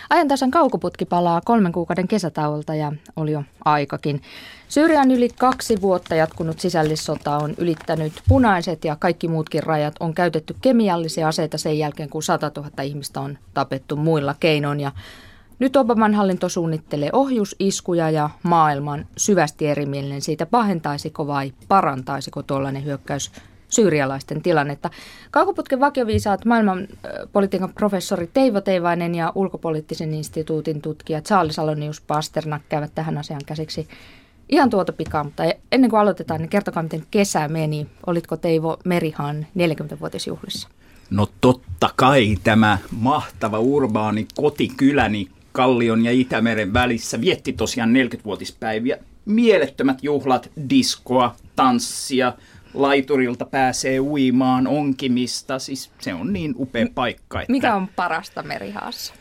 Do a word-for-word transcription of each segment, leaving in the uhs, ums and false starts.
Ajantasan kaukoputki palaa kolmen kuukauden kesätauolta ja oli jo aikakin. Syyrian yli kaksi vuotta jatkunut sisällissota on ylittänyt punaiset ja kaikki muutkin rajat. On käytetty kemiallisia aseita sen jälkeen, kun sata tuhatta ihmistä on tapettu muilla keinoin. Ja nyt Obaman hallinto suunnittelee ohjusiskuja ja maailma on syvästi erimielinen siitä, pahentaisiko vai parantaisiko tuollainen hyökkäys syyrialaisten tilannetta. Kaukoputken vakioviisaat maailmanpolitiikan professori Teivo Teivainen ja ulkopoliittisen instituutin tutkija Charles Alonius Pasternak käyvät tähän asiaan käsiksi ihan tuota pikaa, mutta ennen kuin aloitetaan, niin kertokaa, miten kesä meni. Olitko Teivo Merihan neljäkymmentävuotisjuhlissa? No totta kai tämä mahtava urbaani kotikyläni Kallion ja Itämeren välissä vietti tosiaan neljäkymmentävuotispäiviä. Mielettömät juhlat, diskoa, tanssia, laiturilta pääsee uimaan, onkimista, siis se on niin upea paikka. Että... Mikä on parasta Merihaassa?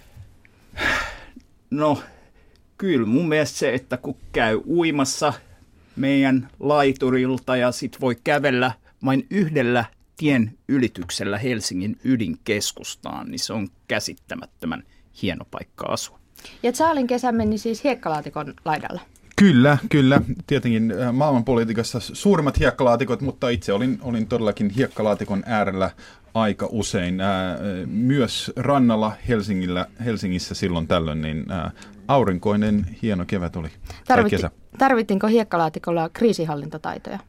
No, kyllä mun mielestä se, että kun käy uimassa meidän laiturilta ja sit voi kävellä vain yhdellä tien ylityksellä Helsingin ydinkeskustaan, niin se on käsittämättömän hieno paikka asua. Ja Charlin kesä meni siis hiekkalaatikon laidalla. Kyllä, kyllä. Tietenkin maailmanpolitiikassa suurimmat hiekkalaatikot, mutta itse olin, olin todellakin hiekkalaatikon äärellä aika usein. Ää, myös rannalla Helsingillä, Helsingissä silloin tällöin, niin ää, aurinkoinen hieno kevät oli. Tarvitti, kesä. Tarvittiinko hiekkalaatikolla kriisihallintataitoja?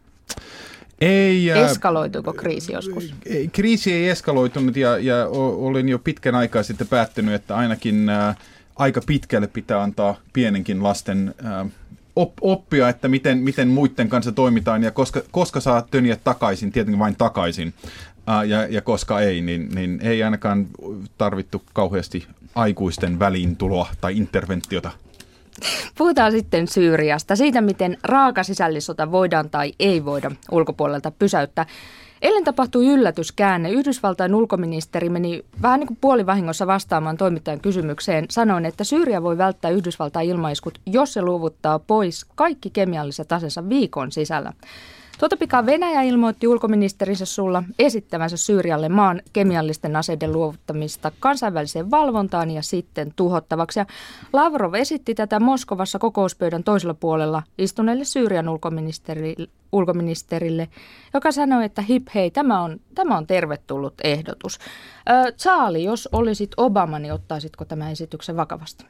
Ei, Eskaloituiko kriisi joskus? Ei, kriisi ei eskaloitunut ja, ja olin jo pitkän aikaa sitten päättänyt, että ainakin ää, aika pitkälle pitää antaa pienenkin lasten ää, op, oppia, että miten, miten muiden kanssa toimitaan ja koska, koska saa töniä takaisin, tietenkin vain takaisin ää, ja, ja koska ei, niin, niin ei ainakaan tarvittu kauheasti aikuisten väliintuloa tai interventiota. Puhutaan sitten Syyriasta, siitä miten raaka sisällissota voidaan tai ei voida ulkopuolelta pysäyttää. Eilen tapahtui yllätyskäänne. Yhdysvaltain ulkoministeri meni vähän niin kuin puolivahingossa vastaamaan toimittajan kysymykseen. Sanoin, että Syyria voi välttää Yhdysvaltain ilmaiskut, jos se luovuttaa pois kaikki kemialliset aseensa viikon sisällä. Tuota pikaa Venäjä ilmoitti ulkoministerinsä sulla esittävänsä Syyrialle maan kemiallisten aseiden luovuttamista kansainväliseen valvontaan ja sitten tuhottavaksi. Ja Lavrov esitti tätä Moskovassa kokouspöydän toisella puolella istuneelle Syyrian ulkoministerille, ulkoministerille joka sanoi, että hip hei, tämä on, tämä on tervetullut ehdotus. Ö, Charlie, jos olisit Obama, niin ottaisitko tämän esityksen vakavasti?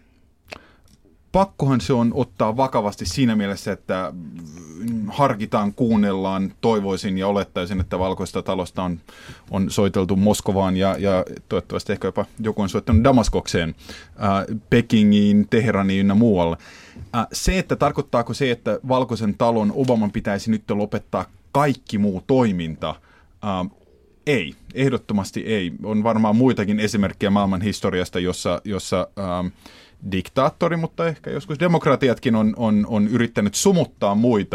Pakkohan se on ottaa vakavasti siinä mielessä, että harkitaan, kuunnellaan, toivoisin ja olettaisin, että Valkoista talosta on, on soiteltu Moskovaan ja, ja toivottavasti ehkä jopa joku on soittanut Damaskokseen, äh, Pekingiin, Teheraniin ja muualle. Äh, se, että tarkoittaako se, että Valkoisen talon Obaman pitäisi nyt lopettaa kaikki muu toiminta, äh, ei, ehdottomasti ei. On varmaan muitakin esimerkkejä maailman historiasta, jossa, jossa ähm, diktaattori, mutta ehkä joskus demokratiatkin on, on, on yrittänyt sumuttaa muita.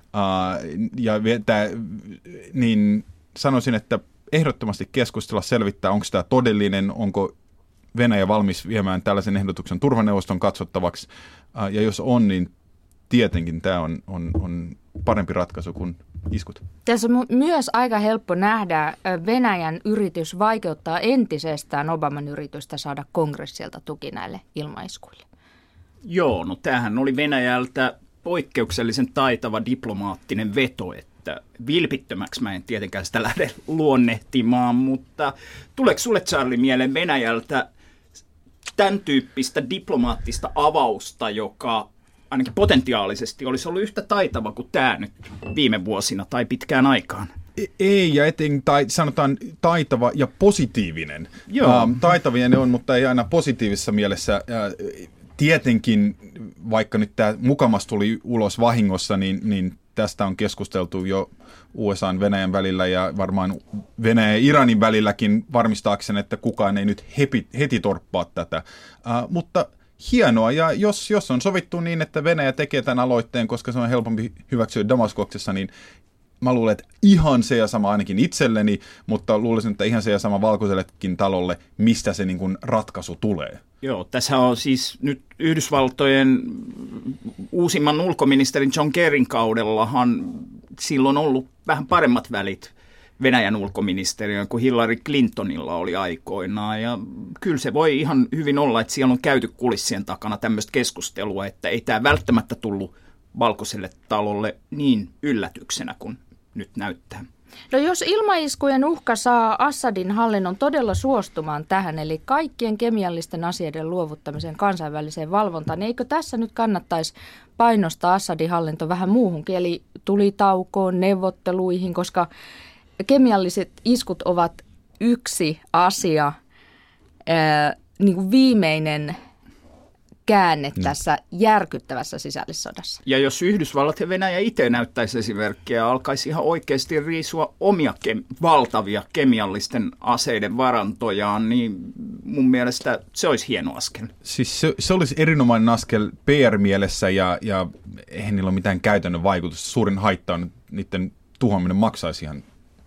Uh, ja vetää, niin sanoisin, että ehdottomasti keskustella selvittää, onko tämä todellinen, onko Venäjä valmis viemään tällaisen ehdotuksen turvaneuvoston katsottavaksi. Uh, ja jos on, niin tietenkin tämä on, on, on parempi ratkaisu kuin iskut. Tässä on myös aika helppo nähdä Venäjän yritys vaikeuttaa entisestään Obaman yritystä saada kongressilta tuki näille ilmaiskuille. Joo, no tämähän oli Venäjältä poikkeuksellisen taitava diplomaattinen veto, että vilpittömäksi mä en tietenkään sitä lähde luonnehtimaan, mutta tuleeko sulle, Charlie, mieleen Venäjältä tämän tyyppistä diplomaattista avausta, joka ainakin potentiaalisesti olisi ollut yhtä taitava kuin tämä nyt viime vuosina tai pitkään aikaan? Ei, ja etenkin tai, sanotaan taitava ja positiivinen. Joo. Uh, taitavia ne on, mutta ei aina positiivisessa mielessä. Uh, tietenkin, vaikka nyt tämä mukamas tuli ulos vahingossa, niin, niin tästä on keskusteltu jo U S A:n Venäjän välillä ja varmaan Venäjän ja Iranin välilläkin varmistaakseni, että kukaan ei nyt hepi, heti torppaa tätä. Uh, mutta hienoa, ja jos, jos on sovittu niin, että Venäjä tekee tämän aloitteen, koska se on helpompi hyväksyä Damaskoksessa, niin mä luulen, että ihan se ja sama ainakin itselleni, mutta luulisin, että ihan se ja sama Valkoisellekin talolle, mistä se niin kuin ratkaisu tulee. Joo, tässä on siis nyt Yhdysvaltojen uusimman ulkoministerin John Kerryn kaudellahan silloin ollut vähän paremmat välit Venäjän ulkoministeriön kuin Hillary Clintonilla oli aikoinaan. Ja kyllä se voi ihan hyvin olla, että siellä on käyty kulissien takana tämmöistä keskustelua, että ei tämä välttämättä tullut Valkoiselle talolle niin yllätyksenä kuin nyt näyttää. No jos ilmaiskujen uhka saa Assadin hallinnon todella suostumaan tähän, eli kaikkien kemiallisten aseiden luovuttamisen kansainväliseen valvontaan, niin eikö tässä nyt kannattaisi painostaa Assadin hallinto vähän muuhunkin, eli tulitaukoon, neuvotteluihin, koska kemialliset iskut ovat yksi asia, ää, niin kuin viimeinen käänne no. tässä järkyttävässä sisällissodassa. Ja jos Yhdysvallat ja Venäjä itse näyttäisi esimerkkejä, alkaisi ihan oikeasti riisua omia ke- valtavia kemiallisten aseiden varantojaan, niin mun mielestä se olisi hieno askel. Siis se, se olisi erinomainen askel P R-mielessä ja, ja eihän niillä ole mitään käytännön vaikutusta. Suurin haitta on, että niiden tuhoaminen maksaisi ihan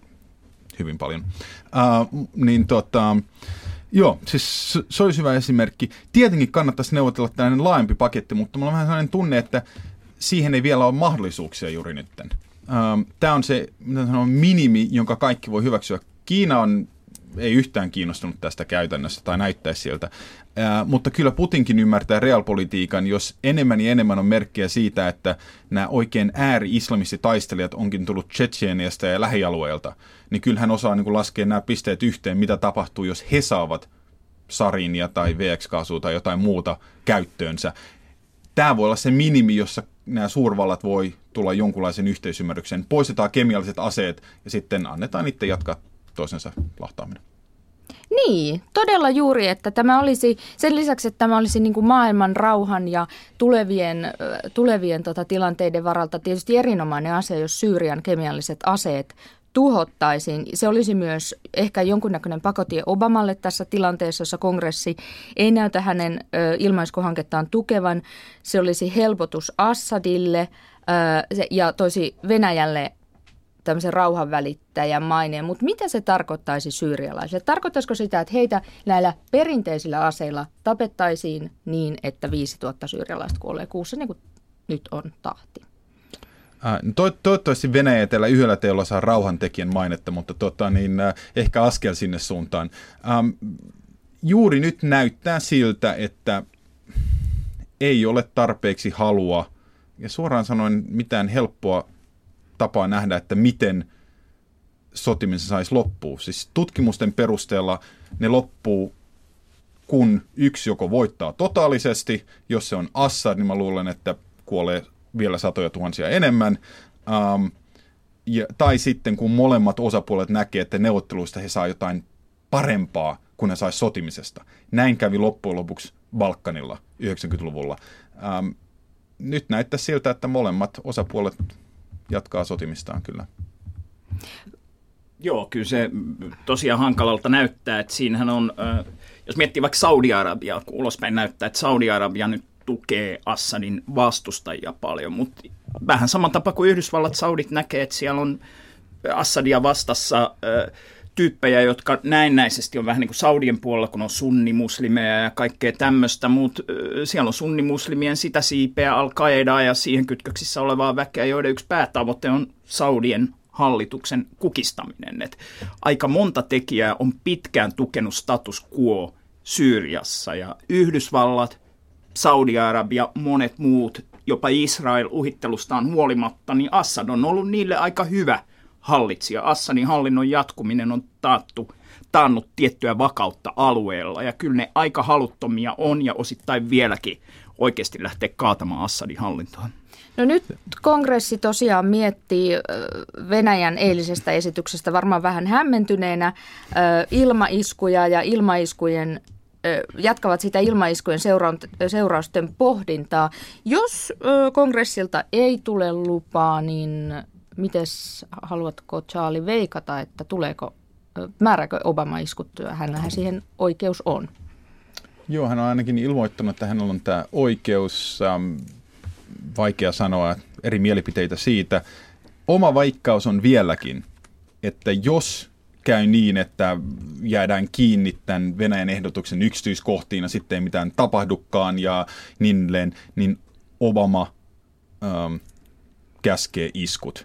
hyvin paljon. Uh, niin tota... Joo, siis se olisi hyvä esimerkki. Tietenkin kannattaisi neuvotella tällainen laajempi paketti, mutta mulla on vähän sellainen tunne, että siihen ei vielä ole mahdollisuuksia juuri nyt. Tämä on se mitä sanon, minimi, jonka kaikki voi hyväksyä. Kiina on, ei yhtään kiinnostunut tästä käytännössä tai näyttäisi sieltä, mutta kyllä Putinkin ymmärtää realpolitiikan, jos enemmän ja enemmän on merkkejä siitä, että nämä oikein ääri-islamistitaistelijat onkin tullut Tšetšeniasta ja lähialueelta, niin kyllä hän osaa niin kuin laskea nämä pisteet yhteen, mitä tapahtuu, jos he saavat sarinia tai V X-kaasua tai jotain muuta käyttöönsä. Tämä voi olla se minimi, jossa nämä suurvallat voi tulla jonkunlaisen yhteisymmärryksen. Poistetaan kemialliset aseet ja sitten annetaan niiden jatkaa toisensa lahtaaminen. Niin, todella juuri, että tämä olisi, sen lisäksi, että tämä olisi niin kuin maailman rauhan ja tulevien, tulevien tota, tilanteiden varalta tietysti erinomainen asia, jos Syyrian kemialliset aseet tuhottaisiin. Se olisi myös ehkä jonkunnäköinen pakotie Obamalle tässä tilanteessa, jossa kongressi ei näytä hänen ö, ilmaiskuhankettaan tukevan. Se olisi helpotus Assadille ö, se, ja toisi Venäjälle tämmöisen rauhanvälittäjän maineen, mutta mitä se tarkoittaisi syyrialaisille? Tarkoittaisiko sitä, että heitä näillä perinteisillä aseilla tapettaisiin niin, että viisituhatta syyrialaista kuolee kuussa, niin kuin nyt on tahti? Äh, to- toivottavasti Venäjä tällä yhdellä teolla saa rauhantekijän mainetta, mutta tota, niin, äh, ehkä askel sinne suuntaan. Ähm, juuri nyt näyttää siltä, että ei ole tarpeeksi halua, ja suoraan sanoen mitään helppoa tapaa nähdä, että miten sotiminen saisi loppua. Siis tutkimusten perusteella ne loppuu, kun yksi joko voittaa totaalisesti, jos se on Assad, niin mä luulen, että kuolee vielä satoja tuhansia enemmän, ähm, ja, tai sitten kun molemmat osapuolet näkee, että neuvotteluista he saa jotain parempaa kuin ne saisi sotimisesta. Näin kävi loppujen lopuksi Balkanilla yhdeksänkymmentäluvulla. Ähm, nyt näyttää siltä, että molemmat osapuolet jatkaa sotimistaan kyllä. Joo, kyllä se tosiaan hankalalta näyttää, että siinähän on, jos miettii vaikka Saudi-Arabiaa, kun ulospäin näyttää, että Saudi-Arabia nyt tukee Assadin vastustajia paljon, mutta vähän saman tapa kuin Yhdysvallat, Saudit näkee, että siellä on Assadia vastassa tyyppejä, jotka näennäisesti on vähän niin kuin Saudien puolella, kun on sunnimuslimeja ja kaikkea tämmöistä, mutta siellä on sunnimuslimien sitä siipeä, Al-Qaedaa ja siihen kytköksissä olevaa väkeä, joiden yksi päätavoite on Saudien hallituksen kukistaminen. Et aika monta tekijää on pitkään tukenut status quo Syyriassa ja Yhdysvallat, Saudi-Arabia, monet muut, jopa Israel uhittelustaan huolimatta, niin Assad on ollut niille aika hyvä hallitsija. Assadin hallinnon jatkuminen on taattu, taannut tiettyä vakautta alueella ja kyllä ne aika haluttomia on ja osittain vieläkin oikeasti lähteä kaatamaan Assadin hallintoon. No nyt kongressi tosiaan miettii Venäjän eilisestä esityksestä varmaan vähän hämmentyneenä ilmaiskuja ja ilmaiskujen jatkavat sitä ilmaiskujen seurausten pohdintaa. Jos kongressilta ei tule lupaa, niin mites haluatko Charlie veikata, että tuleeko, määrääkö Obama iskuttua? Hänellähän siihen oikeus on. Joo, hän on ainakin ilmoittanut, että hänellä on tämä oikeus, ähm, vaikea sanoa, eri mielipiteitä siitä. Oma vaikkaus on vieläkin, että jos käy niin, että jäädään kiinni tämän Venäjän ehdotuksen yksityiskohtiin ja sitten ei mitään tapahdukaan ja niin, niin Obama ähm, käskee iskut.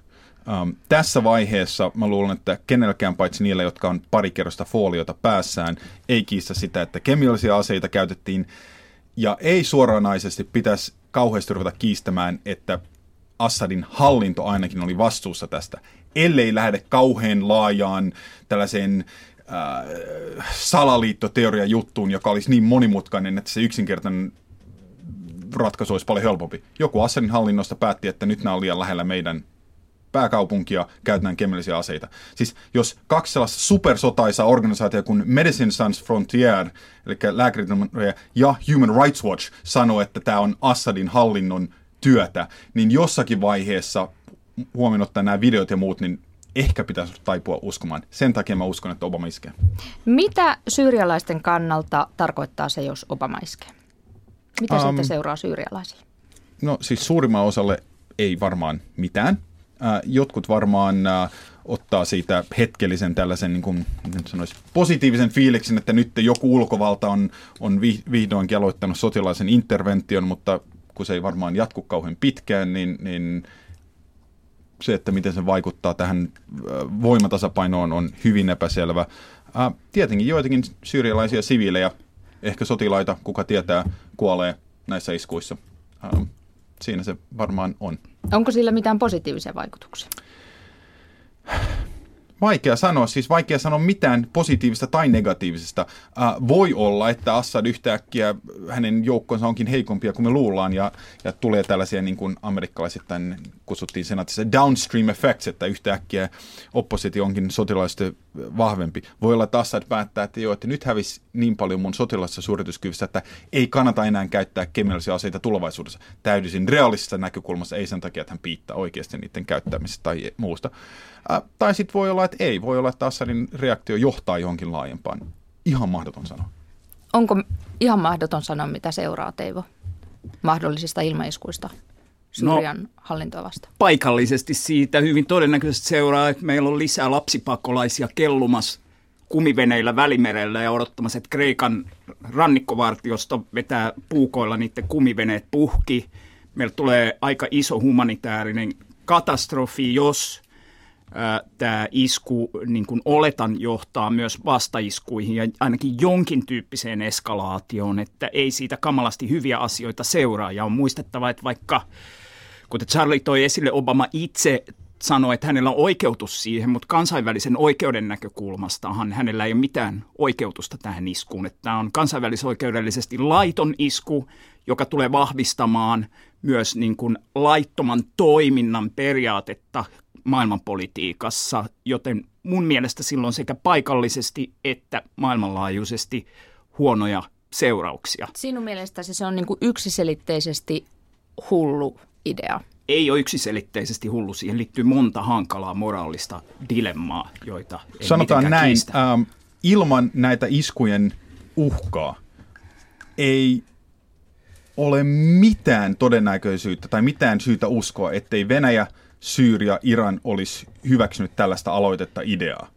Um, tässä vaiheessa mä luulen, että kenelläkään paitsi niillä, jotka on pari kerrosta fooliota päässään, ei kiistä sitä, että kemiallisia aseita käytettiin, ja ei suoranaisesti pitäisi kauheasti ruveta kiistämään, että Assadin hallinto ainakin oli vastuussa tästä, ellei lähde kauhean laajaan tällaiseen äh, salaliittoteoria-juttuun, joka olisi niin monimutkainen, että se yksinkertainen ratkaisu olisi paljon helpompi. Joku Assadin hallinnosta päätti, että nyt nämä on liian lähellä meidän pääkaupunkia, käytetään kemiallisia aseita. Siis jos kaksi sellaista supersotaisaa organisaatiota kuin Medicine Sans Frontières, eli lääkärit ja Human Rights Watch sanoo, että tämä on Assadin hallinnon työtä, niin jossakin vaiheessa, huomioon ottaa nämä videot ja muut, niin ehkä pitäisi taipua uskomaan. Sen takia mä uskon, että Obama iskee. Mitä syyrialaisten kannalta tarkoittaa se, jos Obama iskee? Mitä um, siitä seuraa syyrialaisille? No siis suurimman osalle ei varmaan mitään. Äh, jotkut varmaan äh, ottaa siitä hetkellisen tällaisen niin kuin, sanoisi, positiivisen fiiliksen, että nyt joku ulkovalta on, on vihdoinkin aloittanut sotilaisen intervention, mutta kun se ei varmaan jatku kauhean pitkään, niin, niin se, että miten se vaikuttaa tähän voimatasapainoon, on hyvin epäselvä. Äh, tietenkin joitakin syyrialaisia siviilejä, ehkä sotilaita, kuka tietää, kuolee näissä iskuissa. Ähm, siinä se varmaan on. Onko sillä mitään positiivisia vaikutuksia? Vaikea sanoa, siis vaikea sanoa mitään positiivista tai negatiivisesta. Äh, voi olla, että Assad yhtäkkiä, hänen joukkonsa onkin heikompia kuin me luullaan, ja, ja tulee tällaisia, niin kuin amerikkalaisittain kutsuttiin senaatissa, downstream effects, että yhtäkkiä oppositio onkin sotilaisesti vahvempi. Voi olla, että Assad päättää, että joo, että nyt hävisi niin paljon mun sotilaisessa suorituskyvyssä, että ei kannata enää käyttää kemiallisia aseita tulevaisuudessa. Täysin realistisesta näkökulmasta, ei sen takia, että hän piittaa oikeasti niiden käyttämisestä tai muusta. Äh, tai sitten voi olla, että ei. Voi olla, että Assadin reaktio johtaa johonkin laajempaan. Ihan mahdoton sanoa. Onko ihan mahdoton sanoa, mitä seuraa, Teivo, mahdollisista ilmaiskuista Syyrian no, hallintoa vastaan? Paikallisesti siitä hyvin todennäköisesti seuraa, että meillä on lisää lapsipakolaisia kellumassa kumiveneillä Välimerellä ja odottamassa, että Kreikan rannikkovartiosto vetää puukoilla niiden kumiveneet puhki. Meillä tulee aika iso humanitaarinen katastrofi, jos tämä isku, niin kuin oletan, johtaa myös vastaiskuihin ja ainakin jonkin tyyppiseen eskalaatioon, että ei siitä kamalasti hyviä asioita seuraa. Ja on muistettava, että vaikka, kuten Charlie toi esille, Obama itse sanoi, että hänellä on oikeutus siihen, mutta kansainvälisen oikeuden näkökulmastahan hänellä ei ole mitään oikeutusta tähän iskuun. Että tämä on kansainvälisoikeudellisesti laiton isku, joka tulee vahvistamaan myös niin kuin laittoman toiminnan periaatetta maailmanpolitiikassa, joten mun mielestä silloin sekä paikallisesti että maailmanlaajuisesti huonoja seurauksia. Sinun mielestäsi se on niin kuin yksiselitteisesti hullu idea? Ei ole yksiselitteisesti hullu. Siihen liittyy monta hankalaa moraalista dilemmaa, joita ei sanotaan näin, kiistä. Ähm, ilman näitä iskujen uhkaa ei ole mitään todennäköisyyttä tai mitään syytä uskoa, ettei Venäjä, Syyria, Iran olisi hyväksynyt tällaista aloitetta ideaa.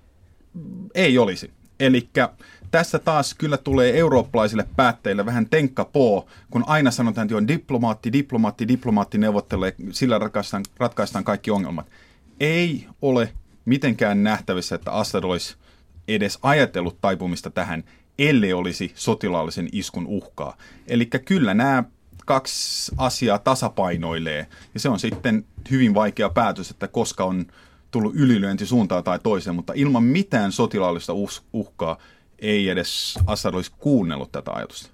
Ei olisi. Elikkä tässä taas kyllä tulee eurooppalaisille päättäjille vähän tenkkapoo, kun aina sanotaan, että on diplomaatti, diplomaatti, diplomaatti neuvottelee, sillä ratkaistaan, ratkaistaan kaikki ongelmat. Ei ole mitenkään nähtävissä, että Assad olisi edes ajatellut taipumista tähän, ellei olisi sotilaallisen iskun uhkaa. Elikkä kyllä nämä kaksi asiaa tasapainoilee, ja se on sitten hyvin vaikea päätös, että koska on tullut ylilyönti suuntaan tai toiseen, mutta ilman mitään sotilaallista uhkaa ei edes Assad olisi kuunnellut tätä ajatusta.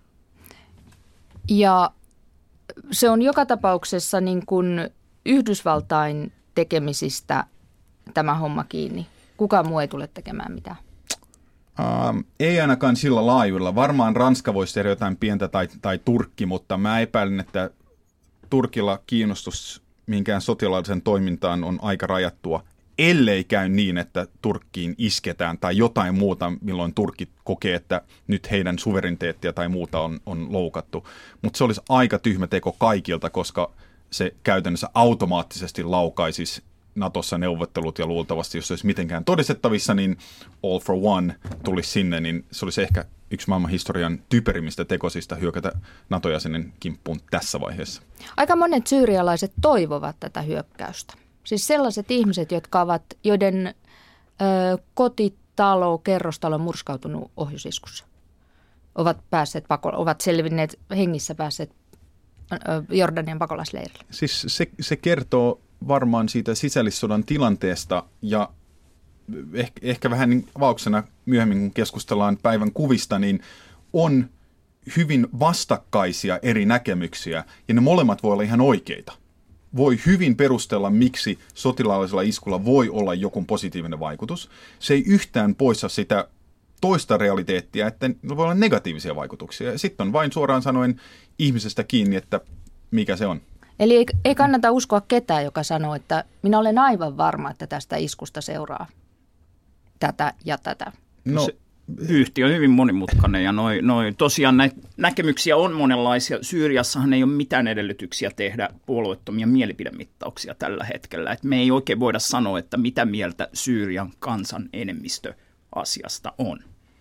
Ja se on joka tapauksessa niin kuin Yhdysvaltain tekemisistä tämä homma kiinni. Kukaan muu ei tule tekemään mitään. Uh, ei ainakaan sillä laajuudella. Varmaan Ranska voisi tehdä jotain pientä tai, tai Turkki, mutta mä epäilen, että Turkilla kiinnostus minkään sotilaallisen toimintaan on aika rajattua, ellei käy niin, että Turkkiin isketään tai jotain muuta, milloin Turkki kokee, että nyt heidän suvereniteettia tai muuta on, on loukattu. Mutta se olisi aika tyhmä teko kaikilta, koska se käytännössä automaattisesti laukaisisi Natossa neuvottelut ja luultavasti, jos se olisi mitenkään todistettavissa, niin all for one tulisi sinne, niin se olisi ehkä yksi maailman historian typerimmistä tekosista hyökätä NATO-jäsenen kimppuun tässä vaiheessa. Aika monet syyrialaiset toivovat tätä hyökkäystä. Siis sellaiset ihmiset, jotka ovat, joiden ö, kotitalo, kerrostalo on murskautunut ohjusiskussa, ovat päässeet pakolla, ovat selvinneet hengissä päässeet ö, Jordanian pakolaisleirille. Siis se, se kertoo varmaan siitä sisällissodan tilanteesta ja ehkä, ehkä vähän niin avauksena myöhemmin, kun keskustellaan päivän kuvista, niin on hyvin vastakkaisia eri näkemyksiä ja ne molemmat voi olla ihan oikeita. Voi hyvin perustella, miksi sotilaallisella iskulla voi olla joku positiivinen vaikutus. Se ei yhtään poissa sitä toista realiteettia, että voi olla negatiivisia vaikutuksia. Sitten on vain suoraan sanoen ihmisestä kiinni, että mikä se on. Eli ei, ei kannata uskoa ketään, joka sanoo, että minä olen aivan varma, että tästä iskusta seuraa tätä ja tätä. No, se yhtiö on hyvin monimutkainen ja noi, noi, tosiaan näitä näkemyksiä on monenlaisia. Syyriassahan ei ole mitään edellytyksiä tehdä puolueettomia mielipidemittauksia tällä hetkellä. Et me ei oikein voida sanoa, että mitä mieltä Syyrian kansan enemmistö asiasta on.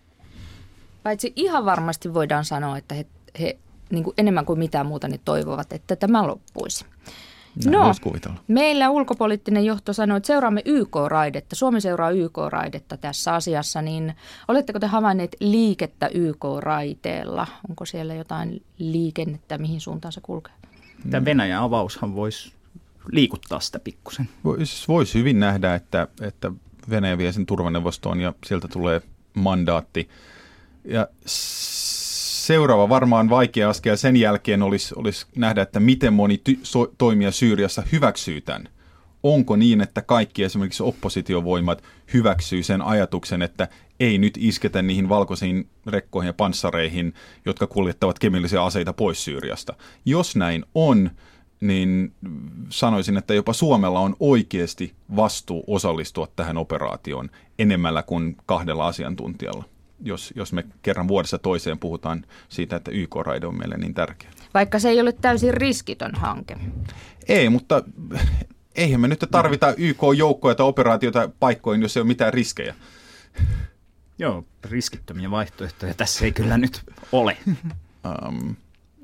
Paitsi ihan varmasti voidaan sanoa, että he, he niin kuin enemmän kuin mitään muuta niin toivovat, että tämä loppuisi. Näin no, voisi kuvitella. Meillä ulkopoliittinen johto sanoi, että seuraamme Y K-raidetta. Suomi seuraa Y K-raidetta tässä asiassa, niin oletteko te havainneet liikettä Y K-raiteella? Onko siellä jotain liikennettä, mihin suuntaan se kulkee? Tämä Venäjän avaushan voisi liikuttaa sitä pikkusen. Voisi vois hyvin nähdä, että, että Venäjä vie sen turvaneuvostoon ja sieltä tulee mandaatti. Ja seuraava varmaan vaikea askel sen jälkeen olisi, olisi nähdä, että miten moni ty- so- toimija Syyriassa hyväksyy tämän. Onko niin, että kaikki esimerkiksi oppositiovoimat hyväksyy sen ajatuksen, että ei nyt isketä niihin valkoisiin rekkoihin ja panssareihin, jotka kuljettavat kemiallisia aseita pois Syyriasta. Jos näin on, niin sanoisin, että jopa Suomella on oikeasti vastuu osallistua tähän operaatioon enemmällä kuin kahdella asiantuntijalla. Jos, jos me kerran vuodessa toiseen puhutaan siitä, että Y K-raide on meille niin tärkeä. Vaikka se ei ole täysin riskitön hanke. Ei, mutta eihän me nyt tarvita Y K-joukkoja tai operaatioita paikkoihin, jos ei ole mitään riskejä. Joo, riskittömiä vaihtoehtoja tässä ei kyllä nyt ole. um,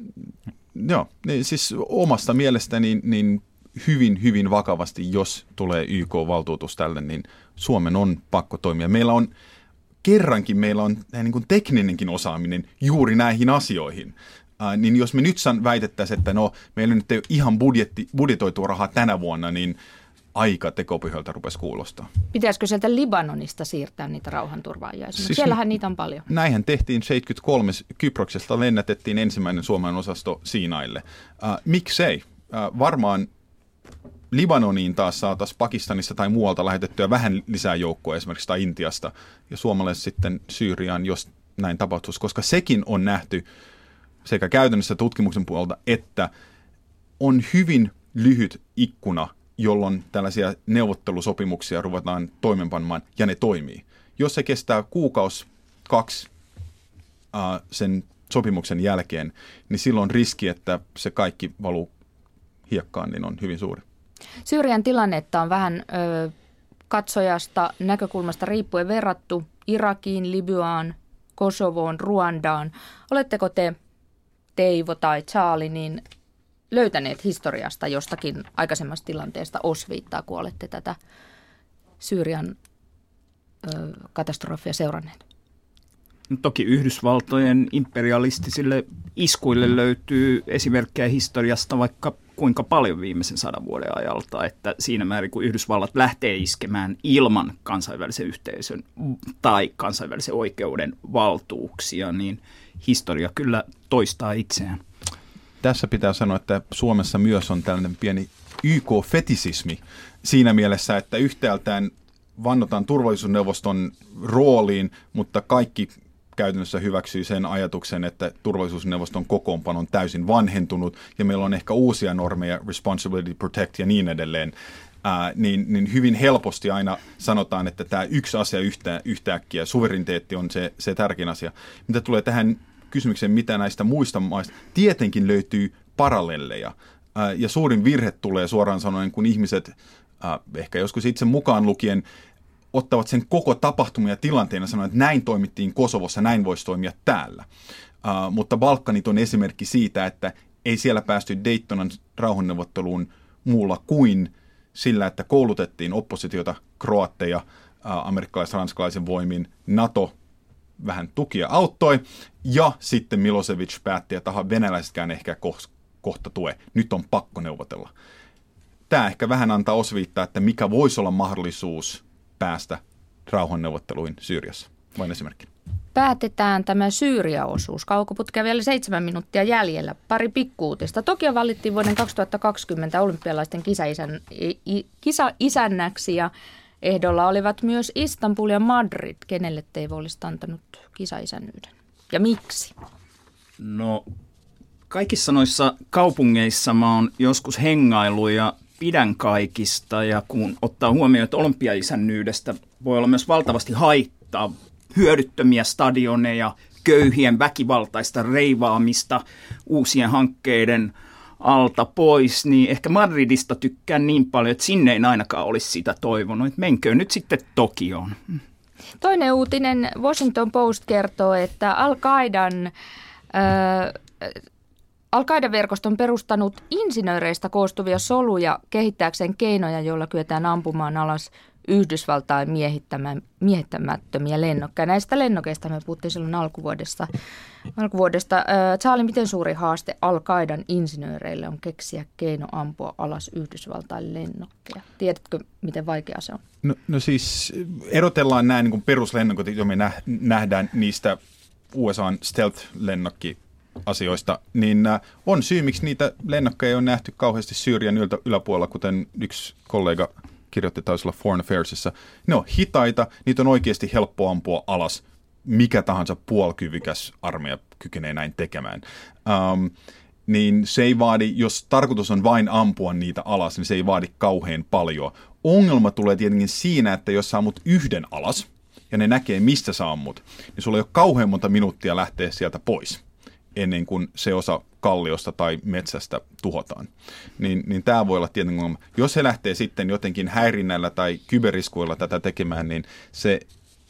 joo, niin siis omasta mielestäni niin hyvin, hyvin vakavasti, jos tulee Y K-valtuutus tälle, niin Suomen on pakko toimia. Meillä on kerrankin meillä on niin kuin tekninenkin osaaminen juuri näihin asioihin. Ää, niin jos me nyt väitettäisiin, että no, meillä nyt ei ole ihan budjetti, budjetoitua rahaa tänä vuonna, niin aika tekopyhältä rupesi kuulostaa. Pitäisikö sieltä Libanonista siirtää niitä rauhanturvaajia? Siis siellähän niitä on paljon. Näinhän tehtiin seitsemänkymmentäkolme. Kyproksesta lennätettiin ensimmäinen suomalainen osasto Siinaille. Ää, miksei? Ää, varmaan Libanoniin taas saataisiin Pakistanista tai muualta lähetettyä vähän lisää joukkoa esimerkiksi tai Intiasta ja suomalaiset sitten Syyriaan, jos näin tapahtuisi, koska sekin on nähty sekä käytännössä tutkimuksen puolelta, että on hyvin lyhyt ikkuna, jolloin tällaisia neuvottelusopimuksia ruvetaan toimenpanemaan ja ne toimii. Jos se kestää kuukausi, kaksi äh, sen sopimuksen jälkeen, niin silloin riski, että se kaikki valuu hiekkaan, niin on hyvin suuri. Syyrian tilannetta on vähän ö, katsojasta näkökulmasta riippuen verrattu Irakiin, Libyaan, Kosovoon, Ruandaan. Oletteko te, Teivo tai Charlie, niin löytäneet historiasta jostakin aikaisemmasta tilanteesta osviittaa, kun olette tätä Syyrian ö, katastrofia seuranneet? No, toki Yhdysvaltojen imperialistisille iskuille löytyy esimerkkejä historiasta vaikka kuinka paljon viimeisen sadan vuoden ajalta, että siinä määrin kun Yhdysvallat lähtee iskemään ilman kansainvälisen yhteisön tai kansainvälisen oikeuden valtuuksia, niin historia kyllä toistaa itseään. Tässä pitää sanoa, että Suomessa myös on tällainen pieni Y K-fetisismi siinä mielessä, että yhtäältään vannotaan turvallisuusneuvoston rooliin, mutta kaikki käytännössä hyväksyy sen ajatuksen, että turvallisuusneuvoston kokoonpano on täysin vanhentunut ja meillä on ehkä uusia normeja, responsibility, protect ja niin edelleen, ää, niin, niin hyvin helposti aina sanotaan, että tämä yksi asia yhtä, yhtäkkiä, suvereniteetti on se, se tärkein asia. Mitä tulee tähän kysymykseen, mitä näistä muista maista, tietenkin löytyy parallelleja ää, ja suurin virhe tulee suoraan sanoen, kun ihmiset, ää, ehkä joskus itse mukaan lukien, ottavat sen koko tapahtumia tilanteena ja sanoo, että näin toimittiin Kosovossa, näin voisi toimia täällä. Uh, mutta Balkanit on esimerkki siitä, että ei siellä päästy Daytonan rauhanneuvotteluun muulla kuin sillä, että koulutettiin oppositiota, kroatteja, amerikkalais-ranskalaisen voimin, NATO vähän tukia auttoi, ja sitten Milosevic päätti, että aha, venäläisetkään ehkä kohta tue. Nyt on pakko neuvotella. Tämä ehkä vähän antaa osviittaa, että mikä voisi olla mahdollisuus päästä rauhanneuvotteluihin Syyriassa. Vain esimerkki. Päätetään tämä Syyria-osuus. Kaukoputkea vielä seitsemän minuuttia jäljellä. Pari pikkuutista. Tokio valittiin vuoden kaksituhattakaksikymmentä olympialaisten kisaisän, kisaisännäksi ja ehdolla olivat myös Istanbul ja Madrid. Kenelle Teivo olisi antanut kisaisännyyden? Ja miksi? No, kaikissa noissa kaupungeissa mä oon joskus hengailu ja pidän kaikista. Ja kun ottaa huomioon, että olympiaisännyydestä voi olla myös valtavasti haittaa, hyödyttömiä stadioneja, köyhien väkivaltaista reivaamista uusien hankkeiden alta pois, niin ehkä Madridista tykkään niin paljon, että sinne ei ainakaan olisi sitä toivonut. Että menköön nyt sitten Tokioon. Toinen uutinen, Washington Post kertoo, että Al-Qaidan, äh, Al-Qaida-verkosto on perustanut insinööreistä koostuvia soluja kehittääkseen keinoja, joilla kyetään ampumaan alas Yhdysvaltain miehittämättömiä lennokkeja. Näistä lennokeista me puhuttiin silloin alkuvuodesta. alkuvuodesta. Charlie, miten suuri haaste Al-Qaidan insinööreille on keksiä keino ampua alas Yhdysvaltain lennokkeja? Tiedätkö, miten vaikea se on? No, no siis erotellaan nämä niin peruslennokit, joita me nähdään niistä U S A:n stealth-lennokki asioista, niin on syy, miksi niitä lennokkeja on nähty kauheasti Syyrian yläpuolella, kuten yksi kollega kirjoitti taisi olla Foreign Affairsissa. Ne on hitaita, niitä on oikeasti helppo ampua alas. Mikä tahansa puolikyvykäs armeija kykenee näin tekemään. Um, niin se ei vaadi, jos tarkoitus on vain ampua niitä alas, niin se ei vaadi kauhean paljon. Ongelma tulee tietenkin siinä, että jos sä ammut yhden alas, ja ne näkee, mistä sä ammut, niin sulla ei ole kauhean monta minuuttia lähteä sieltä pois, ennen kuin se osa kalliosta tai metsästä tuhotaan. Niin, niin tämä voi olla tietenkin ongelma. Jos se lähtee sitten jotenkin häirinnällä tai kyberiskuilla tätä tekemään, niin se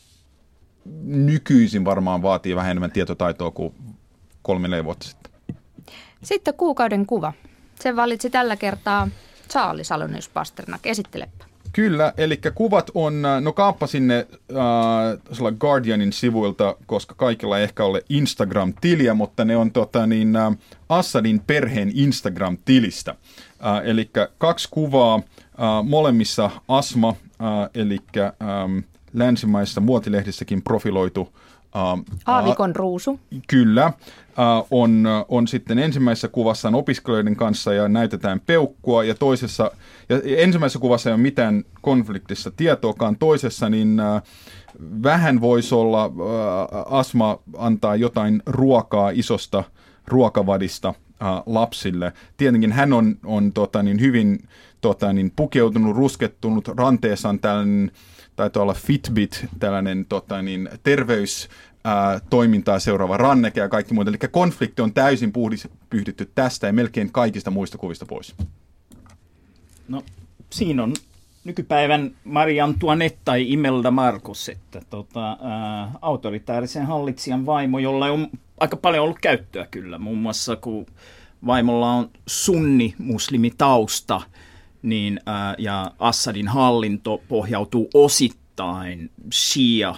nykyisin varmaan vaatii vähän enemmän tietotaitoa kuin kolme neljä vuotta sitten. Sitten kuukauden kuva. Sen valitsi tällä kertaa Charlie Salonius-Pasternak. Esittelepä. Kyllä, eli kuvat on, no kaappasin ne äh, Guardianin sivuilta, koska kaikilla ei ehkä ole Instagram-tiliä, mutta ne on tota, niin, äh, Assadin perheen Instagram-tilistä. Äh, eli kaksi kuvaa, äh, molemmissa Asma, äh, eli ähm, länsimaissa muotilehdissäkin profiloitu äh, Aavikon ruusu. Kyllä. On, on sitten ensimmäisessä kuvassa opiskelijoiden kanssa ja näytetään peukkua ja toisessa, ja ensimmäisessä kuvassa ei ole mitään konfliktissa tietoakaan, toisessa niin äh, vähän voisi olla, äh, Asma antaa jotain ruokaa isosta ruokavadista äh, lapsille. Tietenkin hän on, on tota, niin hyvin tota, niin pukeutunut, ruskettunut, ranteessa on tällainen, taitaa olla Fitbit, tällainen tota, niin, terveys, Ää, toimintaa seuraava ranneke ja kaikki muuta. Eli konflikti on täysin puhdis, pyhditty tästä ja melkein kaikista muista kuvista pois. No, siinä on nykypäivän Marie Antoinette tai Imelda Marcos, että tota, ää, autoritaarisen hallitsijan vaimo, jolla on aika paljon ollut käyttöä kyllä. Muun muassa kun vaimolla on sunni-muslimitausta, niin, ää, ja Assadin hallinto pohjautuu osittain shia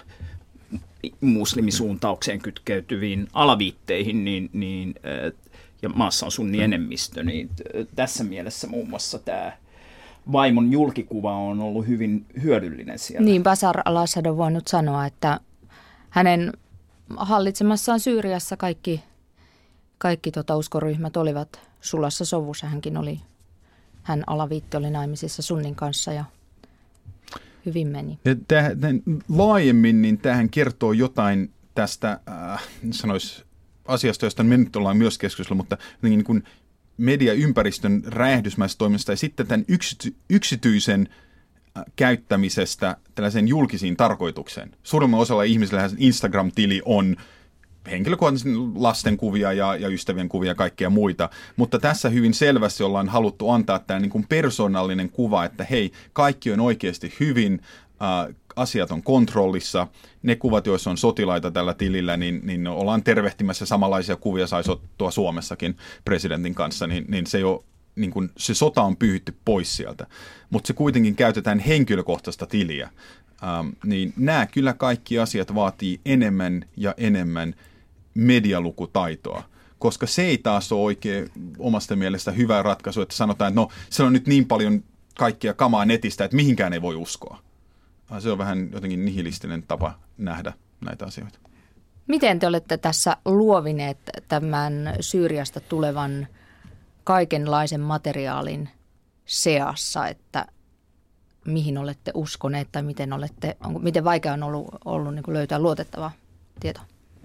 muslimisuuntaukseen kytkeytyviin alaviitteihin, niin, niin, ja maassa on sunni enemmistö, niin tässä mielessä muun muassa tämä vaimon julkikuva on ollut hyvin hyödyllinen siellä. Niin, Bashar al-Assad on voinut sanoa, että hänen hallitsemassaan Syyriassa kaikki, kaikki tota uskoryhmät olivat sulassa sovussa. Hänkin oli, hän alaviitti oli naimisissa sunnin kanssa ja hyvin meni. Ja täh, laajemmin niin tähän kertoo jotain tästä äh, sanois, asiasta, josta me nyt ollaan myös keskustellut, mutta niin kuin mediaympäristön räjähdysmäisestä toiminnasta ja sitten tämän yksity, yksityisen äh, käyttämisestä tällaiseen julkisiin tarkoitukseen. Suurimman osalla ihmisillä Instagram-tili on henkilökohtaisen lasten kuvia ja, ja ystävien kuvia ja kaikkea muita, mutta tässä hyvin selvästi ollaan haluttu antaa tämä niin kuin persoonallinen kuva, että hei, kaikki on oikeasti hyvin, äh, asiat on kontrollissa, ne kuvat, joissa on sotilaita tällä tilillä, niin, niin ollaan tervehtimässä samanlaisia kuvia saisi ottaa Suomessakin presidentin kanssa, niin, niin se jo niin kuin se sota on pyyhitty pois sieltä, mutta se kuitenkin käytetään henkilökohtaista tiliä. Ähm, niin nämä kyllä kaikki asiat vaatii enemmän ja enemmän medialukutaitoa, koska se ei taas ole oikein omasta mielestä hyvä ratkaisu, että sanotaan, että no se on nyt niin paljon kaikkia kamaa netistä, että mihinkään ei voi uskoa. Se on vähän jotenkin nihilistinen tapa nähdä näitä asioita. Miten te olette tässä luovineet tämän Syyriasta tulevan kaikenlaisen materiaalin seassa, että mihin olette uskoneet tai miten, olette, onko, miten vaikea on ollut, ollut niin kuin löytää luotettavaa tietoa?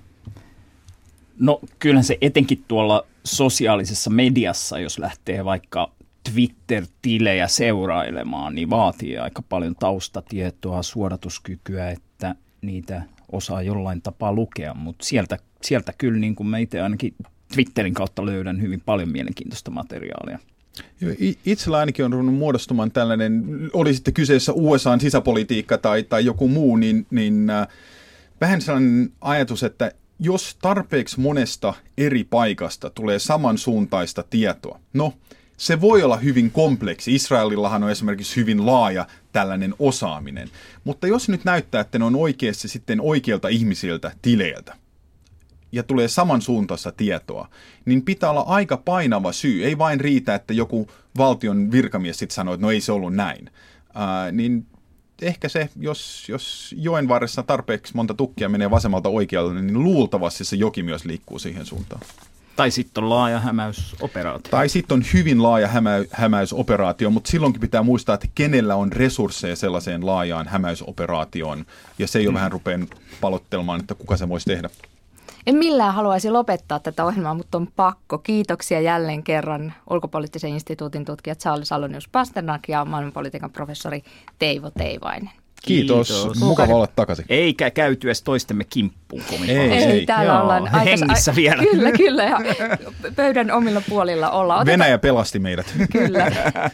No kyllähän se etenkin tuolla sosiaalisessa mediassa, jos lähtee vaikka Twitter-tilejä seurailemaan, niin vaatii aika paljon taustatietoa, suodatuskykyä, että niitä osaa jollain tapaa lukea, mutta sieltä, sieltä kyllä niin kuin mä itse ainakin Twitterin kautta löydän hyvin paljon mielenkiintoista materiaalia. Itsellä ainakin on ruvennut muodostumaan tällainen, oli sitten kyseessä U S A:n sisäpolitiikka tai, tai joku muu, niin, niin äh, vähän sellainen ajatus, että jos tarpeeksi monesta eri paikasta tulee samansuuntaista tietoa, no se voi olla hyvin kompleksi. Israelillahan on esimerkiksi hyvin laaja tällainen osaaminen, mutta jos nyt näyttää, että ne on oikeasti sitten oikeilta ihmisiltä tileiltä, ja tulee samansuuntaista tietoa, niin pitää olla aika painava syy. Ei vain riitä, että joku valtion virkamies sitten sanoo, että no ei se ollut näin. Ää, niin ehkä se, jos, jos joen varressa tarpeeksi monta tukkia menee vasemmalta oikealle, niin luultavasti se joki myös liikkuu siihen suuntaan. Tai sitten on laaja hämäysoperaatio. Tai sitten on hyvin laaja hämä, hämäysoperaatio, mutta silloinkin pitää muistaa, että kenellä on resursseja sellaiseen laajaan hämäysoperaatioon. Ja se ei ole mm. vähän rupeen palottelemaan, että kuka se voisi tehdä. En millään haluaisi lopettaa tätä ohjelmaa, mutta on pakko. Kiitoksia jälleen kerran ulkopoliittisen instituutin tutkija Charles Salonius-Pasternak ja maailmanpolitiikan professori Teivo Teivainen. Kiitos. Kiitos. Mukava olla takaisin. Eikä käyty edes toistemme kimppuun kovin ei, paljon. Ei, ei. Täällä Joo, ollaan aika, hengissä vielä. Kyllä, kyllä. Ja pöydän omilla puolilla ollaan. Otetaan... Venäjä pelasti meidät. Kyllä.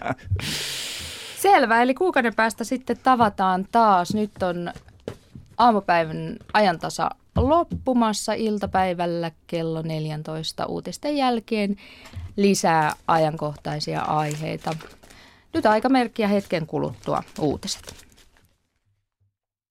Selvä, eli kuukauden päästä sitten tavataan taas. Nyt on aamupäivän ajantasa loppumassa, iltapäivällä kello neljätoista uutisten jälkeen lisää ajankohtaisia aiheita. Nyt aika merkkiä hetken kuluttua uutiset.